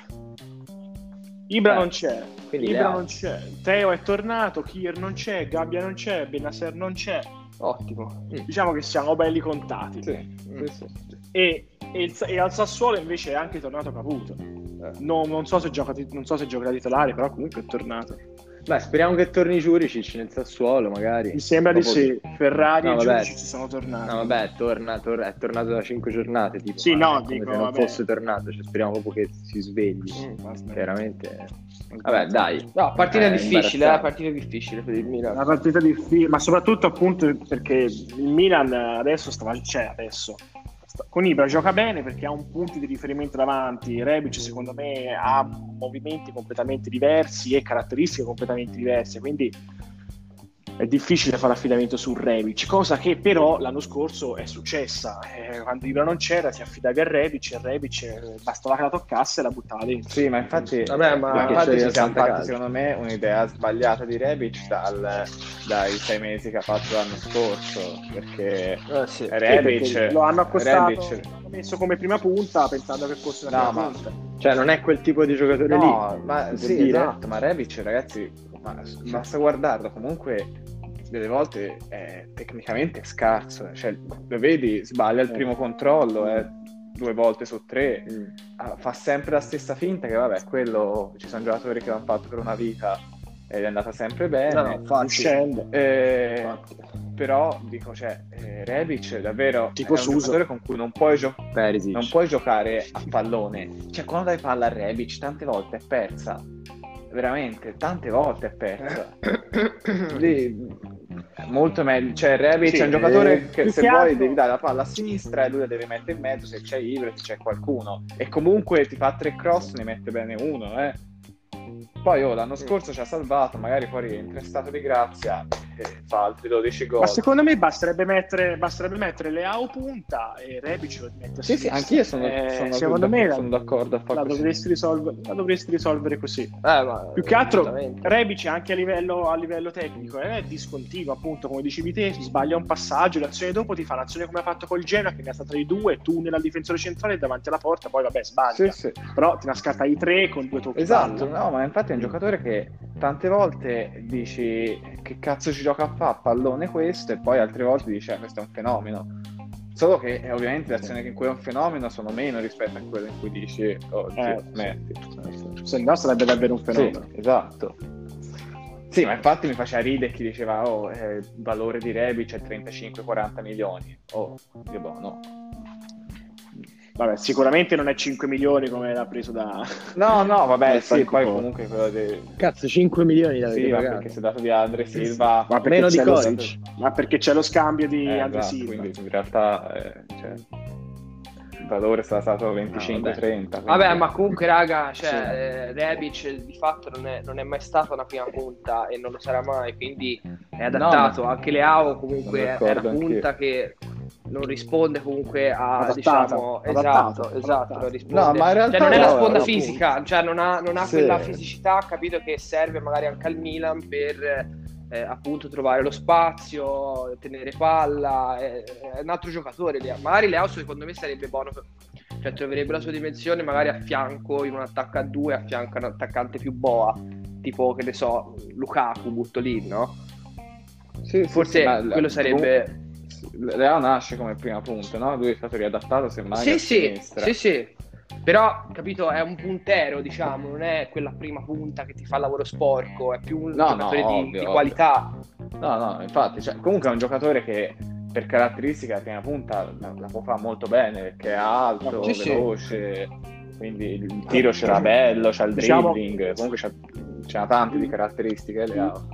Ibra Eh, non c'è. quindi Ibra Leao. non c'è. Teo è tornato, Kier non c'è, Gabbia non c'è, Bennacer non c'è. Ottimo. Mm. Diciamo che siamo belli contati. Sì, Mm. sì, sì. E, e, il- e al Sassuolo invece è anche tornato Caputo. No, non so se gioca, non so se gioca da titolare, però comunque è tornato. Beh, speriamo che torni Juricic nel Sassuolo, magari. Mi sembra di Dopo sì. che- Ferrari No, e vabbè. Giudici ci sono tornati. No, vabbè, torna, tor- è tornato da cinque giornate, tipo. Sì, ma no, è come dico, se non vabbè. fosse tornato, cioè, speriamo proprio che si svegli. Mm, basta. Veramente. Vabbè, dai. No, partita Eh, difficile, eh, imbarazzante. partita difficile per il Milan. Una partita difficile, ma soprattutto appunto perché il Milan adesso stava, cioè adesso sta- con Ibra gioca bene perché ha un punto di riferimento davanti. Rebic secondo me ha movimenti completamente diversi e caratteristiche completamente diverse, quindi è difficile fare affidamento su Rebic, cosa che però l'anno scorso è successa. Eh, quando Ibra non c'era si affidavi a Rebic e Rebic eh, bastava che la toccasse e la buttava dentro. Sì, ma infatti, Vabbè, ma- ma infatti Perché ci c'è siamo Santa fatti Casa. secondo me un'idea sbagliata di Rebic dal- dai sei mesi che ha fatto l'anno scorso, perché Eh, sì. Rebic, Sì, perché lo hanno accostato, Rebic- l'hanno messo come prima punta pensando che fosse una No, prima ma- punta. Cioè, non è quel tipo di giocatore no, lì. ma si può sì, dire. esatto, ma Rebic, ragazzi, ma basta guardarlo, comunque delle volte è tecnicamente scarso, cioè lo vedi, sbaglia il primo controllo, eh, due volte su tre, Mm. ah, fa sempre la stessa finta, che vabbè, quello, ci sono giocatori che l'hanno fatto per una vita ed è andata sempre bene. No, no, infatti. Uscendo. Eh, Infatti. però dico, cioè, eh, Rebic davvero Tipo è un Suso. giocatore con cui non puoi, gio- Perisic. non puoi giocare a pallone. Cioè, quando dai palla a Rebic, tante volte è persa. Veramente, tante volte è persa. Lì, molto meglio. Cioè, Rebic Sì, è un giocatore eh, che più se che vuoi altro- devi dare la palla a sinistra e lui la deve mettere in mezzo se c'è Ibra, se c'è qualcuno. E comunque ti fa tre cross, ne mette bene uno, eh. Poi oh, l'anno scorso ci ha salvato, magari poi rientra in stato di grazia e fa altri dodici gol. Ma secondo me basterebbe mettere, basterebbe mettere Leao punta e Rebic lo mette a Sì, sì, sinistra. anch'io sono, Eh, sono, secondo d'accordo, me la, sono d'accordo a fare la così. dovresti risolvere, la dovresti risolvere così. Eh, ma, Più che altro esattamente. Rebic anche a livello, a livello tecnico è discontinuo, appunto come dicevi te, si sbaglia un passaggio, l'azione dopo ti fa l'azione come ha fatto col Genoa che ne ha stata di due, tu nella difensore centrale davanti alla porta, poi vabbè sbaglia, Sì, sì. però ti ne ha scattati tre con due tocchi Esatto, palla. no, ma infatti è un giocatore che tante volte dici che cazzo ci gioca a fa pallone questo, e poi altre volte dici eh, questo è un fenomeno. Solo che eh, ovviamente le azioni in cui è un fenomeno sono meno rispetto a quelle in cui dici oh zio, Eh, smetti. Se no sarebbe davvero un fenomeno. Sì, esatto. Sì, ma infatti mi faceva ridere chi diceva oh, eh, il valore di Rebic è trentacinque quaranta milioni. Oh, io boh, no. Vabbè, sicuramente non è cinque milioni come l'ha preso da... No, no, vabbè, Dal sì, Franco poi Porto. comunque quello di... Cazzo, cinque milioni l'avete Sì, ma pagato. perché si è dato di Andre Silva... Ma perché Meno di c'è lo- Koric. Ma perché c'è lo scambio di Eh, Andre esatto, Silva. quindi in realtà eh, cioè, il valore sarà stato venticinque trenta. Vabbè, ma comunque, raga, cioè, eh, Rebic di fatto non è, non è mai stata una prima punta e non lo sarà mai, quindi è adattato. No, ma- Anche Leao comunque sono è d'accordo una punta che non risponde comunque a, Adattata, diciamo, adattata, esatto, esatto, adattata. non risponde. No, ma in realtà cioè, non è la no, sponda no, fisica, cioè non ha, non ha Sì. quella fisicità, capito, che serve magari anche al Milan per eh, appunto trovare lo spazio, tenere palla, è, è un altro giocatore. Leao. Magari Leao secondo me sarebbe buono, cioè troverebbe la sua dimensione magari a fianco, in un attacco a due, a fianco a un attaccante più boa, tipo, che ne so, Lukaku, butto lì, no? Sì, sì, Forse sì, ma- quello sarebbe... Leao nasce come prima punta, no? Lui è stato riadattato semmai Sì, a sì, sinistra. sì, sì. Però, capito, è un puntero, diciamo, non è quella prima punta che ti fa il lavoro sporco, è più un No, giocatore no, di, ovvio, di ovvio. qualità. No, no, infatti, cioè, comunque è un giocatore che per caratteristiche la prima punta la, la può fare molto bene, perché è alto, Sì, sì. veloce, quindi il tiro ce l'ha bello, c'ha il Diciamo- dribbling, comunque c'ha, c'ha tante di caratteristiche Leao.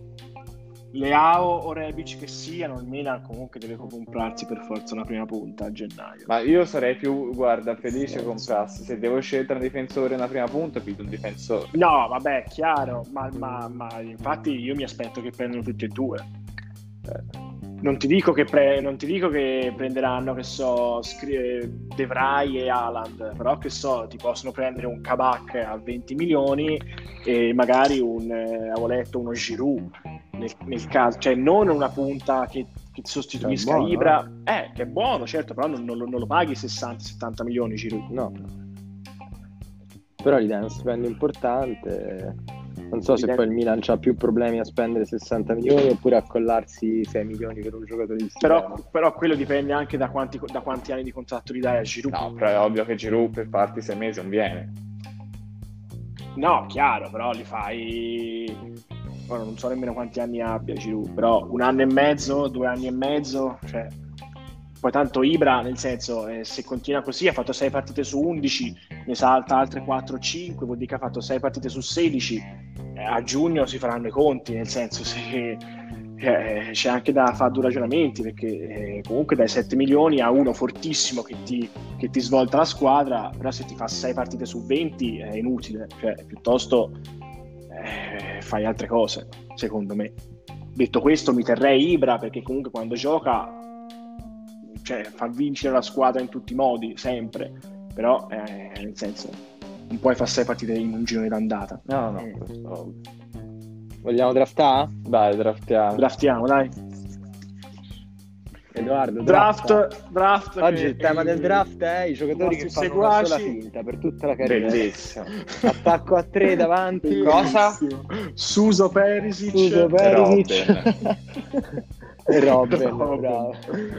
Leao o Rebic che siano, il Milan comunque deve comprarsi per forza una prima punta a gennaio. Ma io sarei più, guarda, felice comprassi. Se devo scegliere un difensore e una prima punta, piglio un difensore. No, vabbè, chiaro, ma, ma- ma infatti io mi aspetto che prendano tutti e due. Eh, Non ti dico che, pre- non ti dico che prenderanno, che so, scri- De Vrij e Haaland, però che so, ti possono prendere un Kabak a venti milioni e magari un, eh, avevo letto, uno Giroud. nel, nel caso, cioè non una punta che, che sostituisca Cioè, buono, Ibra, eh, che è buono, certo, però non, non lo- non lo paghi sessanta settanta milioni Giroud. No. Però gli dai uno stipendio importante. Non so se poi il Milan c'ha più problemi a spendere sessanta milioni oppure a collarsi sei milioni per un giocatore di Però, stipendio. però quello dipende anche da quanti, da quanti anni di contratto gli dai a Giroud. No, però è ovvio che Giroud per farti sei mesi non viene. No, chiaro, però li fai. Ora non so nemmeno quanti anni abbia Giroud, però un anno e mezzo, due anni e mezzo, cioè. Poi tanto Ibra, nel senso, eh, se continua così, ha fatto sei partite su undici, ne salta altre quattro cinque, vuol dire che ha fatto sei partite su sedici, eh, a giugno si faranno i conti, nel senso se eh, c'è anche da fare due ragionamenti, perché eh, comunque dai sette milioni a uno fortissimo che ti, che ti svolta la squadra, però se ti fa sei partite su venti è inutile, cioè piuttosto eh, fai altre cose, secondo me. Detto questo, mi terrei Ibra, perché comunque quando gioca, cioè, fa vincere la squadra in tutti i modi, sempre, però eh, nel senso non puoi fare sei partite in un girone d'andata. No, no, Mm. questo... Vogliamo draftare? Dai, draftiamo. Draftiamo, dai. Edoardo, drafta. Draft, draft. Oggi che- il tema del draft è i giocatori i che nostri fanno una sola seguaci. finta per tutta la carriera. Bellissimo. Attacco a tre davanti. Cosa? Suso Perisic. Suso Perisic. E Robben, Robben. bravo.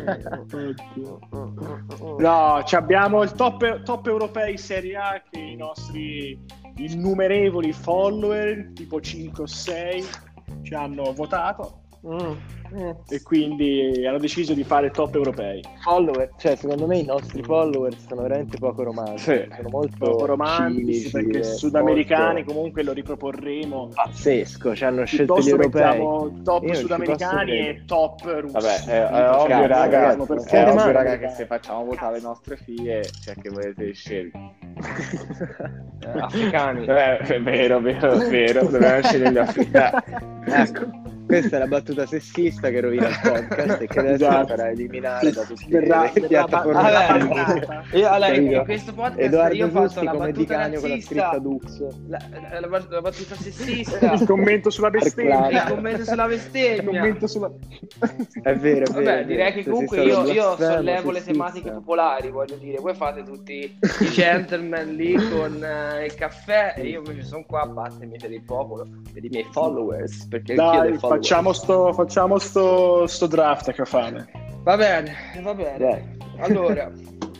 No, ci abbiamo il top, top europei Serie A che i nostri innumerevoli follower, tipo cinque o sei, ci hanno votato e quindi hanno deciso di fare top europei. Follower, cioè secondo me i nostri follower sono veramente poco romantici, Sì. sono molto Poco romantici, cinici, perché e sudamericani molto comunque lo riproporremo. pazzesco, ci hanno scelto gli Piuttosto europei. mettiamo top Io non ci sudamericani posso e top russi. Vabbè, è, è Cioè, ovvio, cazzo, raga, ragazzi, è siete ovvio, male, raga, che ragazzi. se facciamo votare le nostre figlie, cioè che volete scegliere. Eh, africani. Eh, è vero, vero, vero, dobbiamo scegliere gli africani. Ecco, questa è la battuta sessista che rovina il podcast e che adesso Esatto. farà eliminare da tutti Verrà- le verrà- piattaforme. Vabbè, bannata. Io, allora, Capito? in questo podcast Edoardo io ho fatto Giusti la come Di battuta Canio con la scritta razzista, Dux. la, la, la, la battuta sessista, Il commento sulla bestemmia. il commento sulla Il bestemmia. commento sulla... È vero, è vero. Vabbè, è direi vero. che Se comunque sei io, stato io blasfemo, sollevo le sessista. tematiche popolari, voglio dire, voi fate tutti i gentleman lì con eh, il caffè e io invece sono qua a battermi per il popolo, per i miei followers, perché anch'io Dai, dei followers. facciamo sto, facciamo sto, sto draft che fame. Va bene, va bene. Dai. Allora,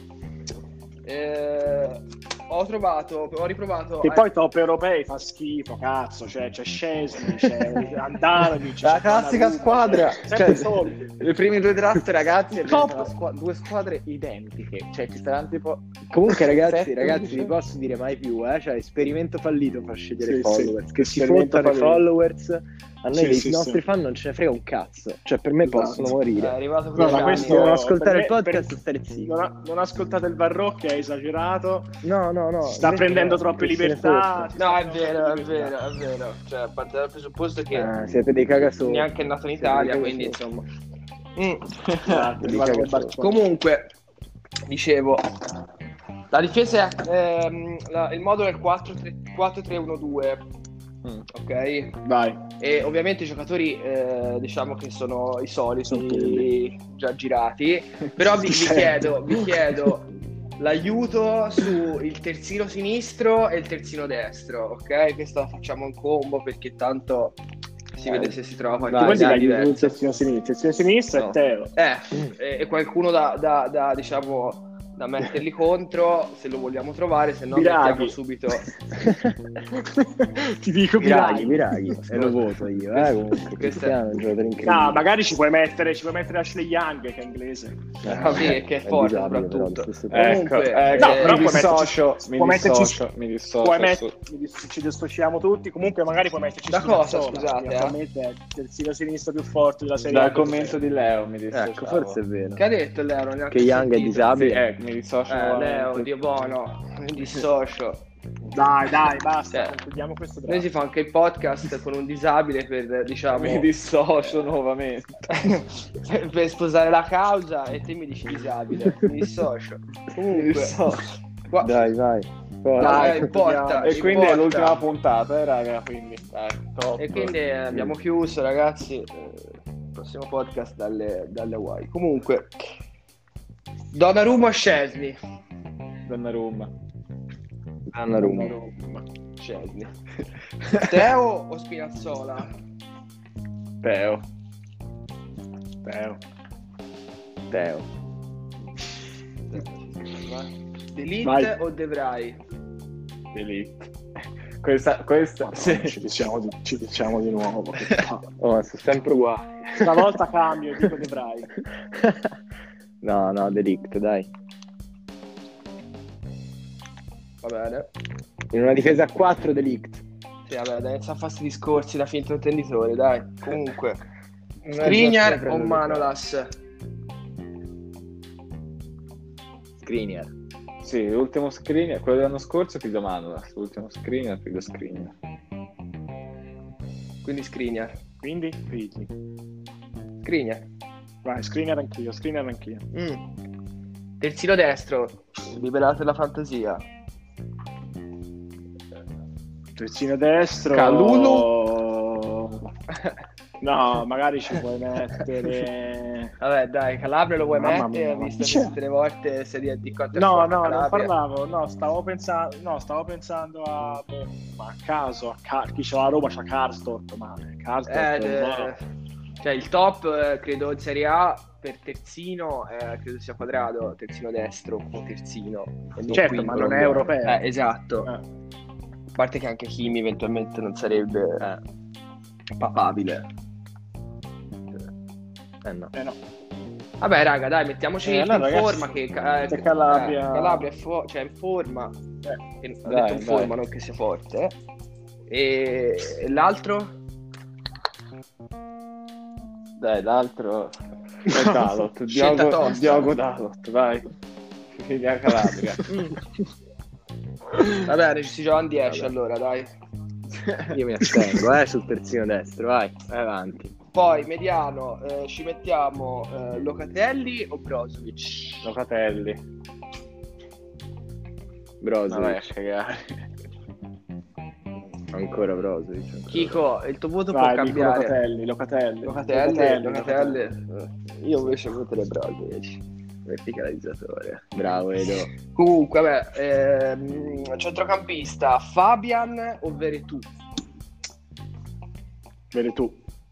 eh, ho trovato, ho riprovato. E a- poi top europei fa schifo, cazzo, cioè c'è Szczesny, c'è Andanovic, c'è La classica Donnarumma, squadra, sempre cioè, i soliti. le prime due draft, ragazzi, Top. sono squa- due squadre identiche, cioè ci saranno tipo... Comunque ragazzi, Sette, ragazzi, undici. vi posso dire mai più, eh? Cioè, esperimento fallito far scegliere Sì, i followers, sì. che si Esperimento fottano i fallito. followers, a noi Sì, dei sì, nostri sì. fan non ce ne frega un cazzo, cioè per me Esatto. possono è morire. arrivato No, qui ma a- questo Devono ascoltare per il me- podcast per- e stare zitti. Non, ha- non ascoltate il Varrocchi, è esagerato. No, no, no. Sta invece prendendo no, troppe che se ne libertà. fotte. No, è vero, è vero, è vero. Cioè, a parte dal presupposto che Ah, siete dei cagasoni. neanche è nato in Siete Italia, dei quindi cagasoni. insomma. Mm. Esatto, Di guarda cagato. col barcone. Comunque, dicevo, la difesa è ehm, la- il modulo è il quattro tre uno due, Mm. ok? Vai. E ovviamente i giocatori eh, diciamo che sono i soliti già girati, però vi, vi Sì. chiedo, vi chiedo l'aiuto su il terzino sinistro e il terzino destro, ok? Questo la facciamo in combo perché tanto si vede se si trova Tu qualche vuoi dire idea il diversa. terzino sinistro? Il terzino sinistro No. è Teo. Eh, e, e qualcuno da, da, da, diciamo da metterli contro se lo vogliamo trovare, se no Biraghi. mettiamo subito Ti dico Biraghi, Biraghi. Biraghi, e lo voto io, eh, comunque, Questo è- Cristiano è un giocatore incredibile. No, magari ci puoi mettere, ci puoi mettere Ashley Young che è inglese. Eh, Ah, sì, che è forte, disabile, soprattutto. però, allo stesso tempo. Ecco, Comunque, ecco, no, però mi puoi dissocio, metterci- mi puoi metterci- dissocio, mi dissocio. Puoi su- met- mi dis- ci dissociamo tutti, comunque magari puoi metterci Da cosa, Spinazzola, scusate, che eh? attualmente è il terzino sinistro più forte della Serie A. Dal commento di Leo mi dissociavo. Ecco, forse è vero. Che ha detto Leo? Non Che Young è Sì, disabile. eh, mi dissocio Eh, Leo, nuovamente. Dio buono, mi dissocio. Dai, dai, basta, Cioè, concludiamo questo Noi draft. si fa anche il podcast con un disabile per, diciamo, Mi dissocio nuovamente. per, per sposare la causa e te mi dici disabile. Mi dissocio. Mi Comunque, dissocio. qua- Dai, vai. Forza. Dai, Ecco, porta, vediamo. E quindi è importa. l'ultima puntata, eh, raga, quindi. Dai, top. E quindi eh, abbiamo chiuso, ragazzi. Eh, prossimo podcast dalle, dalle Hawaii. Comunque, Donnarumma o Szczesny? Donnarumma. Donnarumma. Szczesny. Teo o Spinazzola? Teo. Teo. Teo. De Ligt Vai. o De Vrij? Elite. Questa, questa, Madonna, sì. ci, diciamo di, ci diciamo di nuovo. che palle. Oh, sono sempre uguali. Stavolta cambio, dico De Vrij. No, no, De Ligt, dai. Va bene. In una difesa a quattro De Ligt. Sì, vabbè, dai, iniziamo a fare sti discorsi da finto intenditore, dai. Comunque, Una Skriniar giostra o prende Manolas? Skriniar. Sì, l'ultimo screen, quello dell'anno scorso piglio Manolas, l'ultimo screen piglio screen. Quindi Skriniar. Quindi, figli. Skriniar. Vai, screener anch'io, screener anch'io. Mm. Terzino destro, liberate la fantasia. Terzino destro. Calulu? No, magari ci puoi mettere. Vabbè, dai, Calabria lo vuoi Mamma mettere, mia, visto c'è. che tutte le volte sei di, di quanto è No, forte no, non Calabria. parlavo, no, stavo pensando, no, stavo pensando a, boh, ma a caso, a Car- chi c'è la Roma c'ha Karsdorp, ma Karsdorp, Eh, no. eh, cioè il top eh, credo in Serie A per terzino eh, credo sia Quadrado, terzino destro o terzino e non Certo, quinto, ma non è europeo. eh, esatto, Eh. a parte che anche Kimi eventualmente non sarebbe Eh. papabile. Eh no. Eh no. Vabbè raga, dai, mettiamoci Eh, in no, ragazzi, forma che eh, che Calabria- eh, Calabria è fu- cioè in forma, Eh, che- ho dai, detto in dai. forma, non che sia forte. E, e l'altro? Dai, l'altro è Dalot, Scelta Diogo, tosta. Diogo Dalot, vai. Figlia a Calabria. Va bene, ci si gioca in dieci allora, dai. Io mi astengo, eh, sul terzino destro, vai, vai avanti. Poi mediano, eh, ci mettiamo eh, Locatelli o Brozovic? Locatelli. Brozovic. Ma vai a cagare. Ancora Brozovic. ancora. Chico, il tuo voto vai, può dico cambiare. Locatelli, Locatelli, Locatelli, Locatelli. Eh, Io invece voterei Brozovic. Verticalizzatore. Bravo Edo. Comunque, vabbè, ehm, centrocampista Fabian o Veretù? Vedi tu.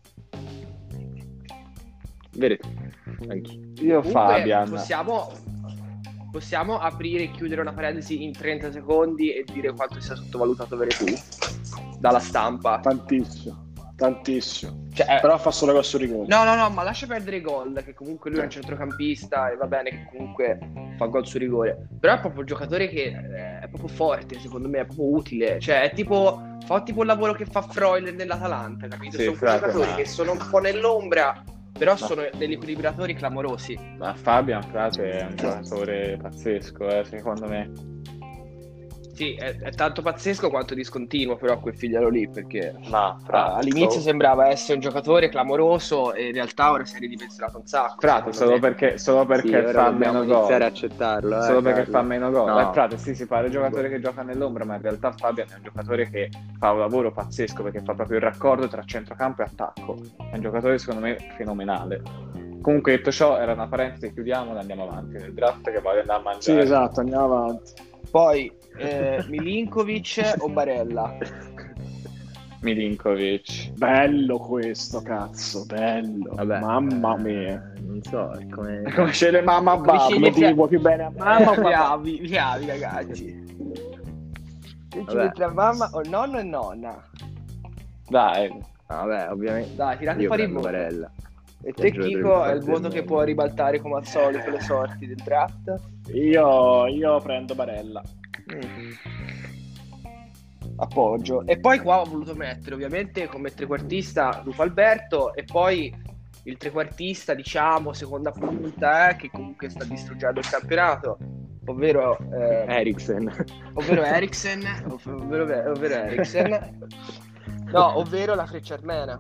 Vero. Anch'io. Io Comunque, Fabian. Possiamo, possiamo aprire e chiudere una parentesi in trenta secondi e dire quanto sia sottovalutato Veretù dalla stampa. Tantissimo, tantissimo. Cioè, Però fa solo gol su rigore. no, no, no, ma lascia perdere i gol, che comunque lui è un centrocampista e va bene che comunque fa gol su rigore. Però è proprio un giocatore che eh, è proprio forte, secondo me, è proprio utile. Cioè, è tipo, fa tipo il lavoro che fa Freuler nell'Atalanta, capito? Sì, sono frate, giocatori ma- che sono un po' nell'ombra, però sono degli equilibratori clamorosi. Ma Fabian, frate, è un giocatore pazzesco, eh, secondo me. Sì, è, è tanto pazzesco quanto discontinuo però quel figliolo lì, perché Ma ah, all'inizio sembrava essere un giocatore clamoroso e in realtà ora si è ridimensionato un sacco. Frate, secondo solo me. perché, solo perché Sì, ora fa dobbiamo meno iniziare a gol. accettarlo. Eh, Solo perché Carlo. fa meno gol. No. Eh, frate, sì, si fa il giocatore che gioca nell'ombra, ma in realtà Fabian è un giocatore che fa un lavoro pazzesco perché fa proprio il raccordo tra centrocampo e attacco. È un giocatore secondo me fenomenale. Comunque detto ciò, era una parentesi, chiudiamo e andiamo avanti nel draft che voglio andare a Sì, mangiare. esatto, andiamo avanti. Poi eh, Milinkovic o Barella? Milinkovic. Bello questo, cazzo, bello. Vabbè, Mamma eh, mia. Non so, è come... Come c'è le mamma Come babbo. scegli- Come ti vuoi più bene a mamma o papà? Bravi, bravi ragazzi. Se ci Vabbè. metti la mamma o nonno e nonna? Dai. Vabbè, ovviamente. Dai, tirate Io fuori il prendo voto. Barella. E te Giocatore Chico più è forte il voto del che mondo. può ribaltare come al solito le sorti del draft. Io, io prendo Barella. Mm. Appoggio. E poi qua ho voluto mettere ovviamente come trequartista Rufo Alberto e poi il trequartista, diciamo, seconda punta, eh, che comunque sta distruggendo il campionato, ovvero eh, Eriksen. ovvero Eriksen, ov- ovvero, ovvero Eriksen. No, ovvero la freccia armena.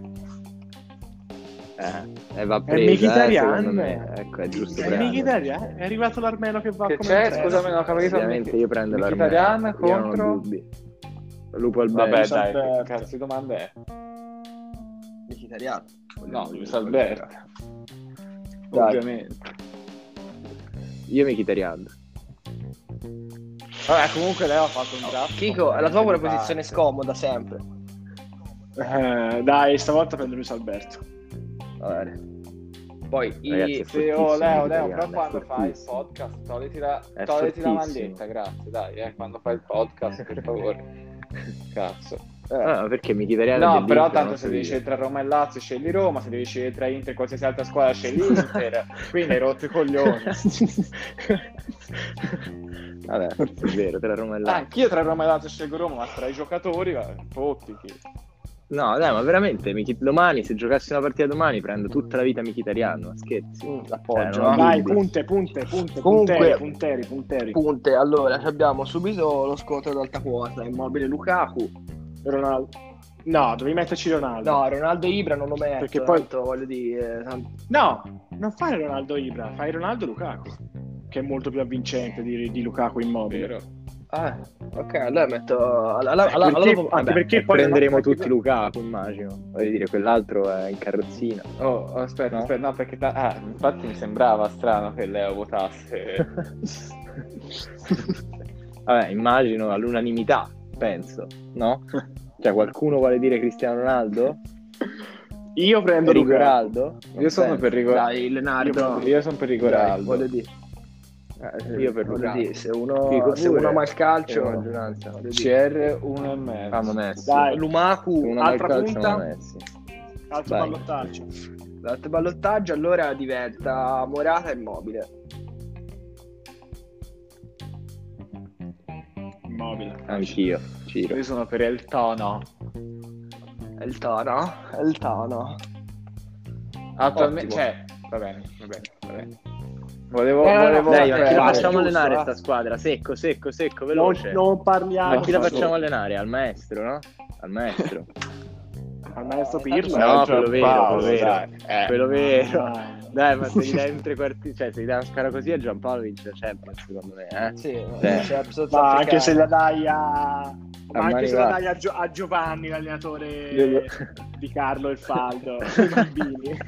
Eh, eh, va È presa, Mkhitaryan. eh, secondo me. Ecco, è giusto È prenderlo. Mkhitaryan, è arrivato l'armeno che va Che come c'è? un treno. Scusami, non ho capito. Ovviamente io prendo Mkhitaryan l'Armenia. Io non ho contro dubbi. Lupo Vabbè, Alberto. dai, Alberto. che cazzo di domanda è? Vegetariano. No, Luis Alberto. Dai. Ovviamente. Io Mkhitaryan. Vabbè, comunque lei ha fatto un draft. Chico, è la tua pure completamente posizione di scomoda sempre. Eh, dai, stavolta prendo Luis Alberto. Va bene. Poi i... Ragazzi, è parte. Sì, oh, Leo, Leo, Mkhitaryan, però è quando fai il fortissimo. podcast, togliti la, È togliti la fortissimo. maglietta, grazie, dai, eh, quando fai il podcast, per favore. Cazzo. Ah, perché Mkhitaryan è No, dell'Inter, però non tanto ho se devi capito. scegliere tra Roma e Lazio, scegli Roma, se devi scegliere tra Inter e qualsiasi altra squadra, scegli Inter, quindi hai rotto i coglioni. Vabbè, forse è vero, tra Roma e Ah, Lazio. anch'io tra Roma e Lazio scelgo Roma, ma tra i giocatori, va, fotti chi. No, dai, ma veramente, Mkhi- domani, se giocassi una partita domani, prendo tutta la vita Mkhitaryan, ma scherzi. Mm, l'appoggio, Cioè, non ho Vai, dubbi. punte, punte, punte, Comunque- punteri, punteri, punteri. punte. Allora, abbiamo subito lo scontro ad alta quota. Immobile Lukaku. Ronaldo. No, dovevi metterci Ronaldo. No, Ronaldo Ibra non lo metto. Perché poi- tanto, voglio dire... tanto- No, non fai Ronaldo Ibra, fai Ronaldo Lukaku, che è molto più avvincente di, di Lukaku Immobile. Vero. Ah, ok, allora metto... Alla, alla, alla, Perché- alla- anche Vabbè, perché e poi prenderemo no, perché- tutti Lukaku, immagino. Voglio dire, quell'altro è in carrozzina. Oh, aspetta, No? aspetta, no, perché ta- ah, infatti mi sembrava strano che Leo votasse. Vabbè, immagino all'unanimità, penso, no? Cioè, qualcuno vuole dire Cristiano Ronaldo? Io prendo Lukaku. Rigoraldo? Io sono per Rigor- Dai, Leonardo. Io sono per Dai, Rigoraldo. voglio dire. Eh, io per Voglio Lukaku. dire, se uno, Dico se pure, uno ama il calcio, per maggioranza. voglio C dire. R uno e mezzo. Famo Messi. Dai, Lumaku, Uno ama il altra calcio, punta? ama Messi. altro Vai. ballottaggio. l'altro ballottaggio allora diventa Morata e Immobile. Immobile. Anch'io, Ciro. Io sono per il tono. È il tono, è il tono. Attualmente, Ottimo. cioè, va bene, va bene, va bene. Volevo, Eh, volevo Dai, ma chi la eh, facciamo giusto, allenare eh. sta squadra? Secco, secco, secco, Non, veloce. non parliamo. Ma chi la di- facciamo allenare? Al maestro, no? Al maestro. Al maestro Pirlo. No, Eh, quello vero, Giampaolo, quello vero. dai. Eh. Quello vero. Dai. Dai, ma se gli dai un trequarti, cioè se gli dai una spara così a Giampaolo vince la Champions, secondo me, eh? Sì, Cioè, c'è absolutamente Ma anche se la cazzo. dai a... Ma anche Mani se la va. dai a, Gio- a Giovanni, l'allenatore Io- di Carlo e Faldo, i bambini.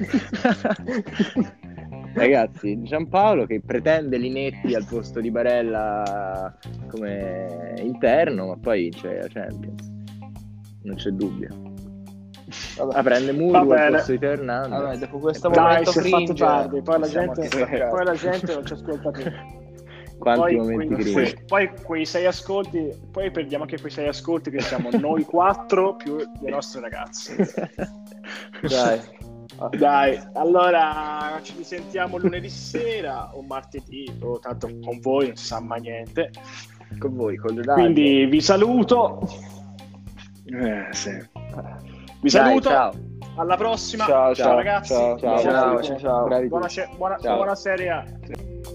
Ragazzi, Giampaolo che pretende Linetti al posto di Barella come interno, ma poi vince la Champions. Non c'è dubbio. Vabbè. Ah, prende Va Muru al bene. posto di Teo Hernandez. Vabbè, dopo questo Dai, momento si è fatto cringe, tardi, poi la, possiamo gente, anche staccare. poi la gente non ci ascolta più. Quanti Poi, momenti quei, cringe. quei- poi quei sei ascolti, poi perdiamo anche quei sei ascolti che siamo noi quattro più le nostre ragazze. Dai. Dai, allora ci risentiamo lunedì sera o martedì, o tanto con voi non si sa mai niente. Con voi, con le date. Quindi vi saluto. Eh, sì. Vi Dai, saluto. ciao. Alla prossima. Ciao, ciao, ragazzi. ciao, ciao, ciao, ciao, ciao. Bravi Buona, tutti. buona, Ciao. buona serie A.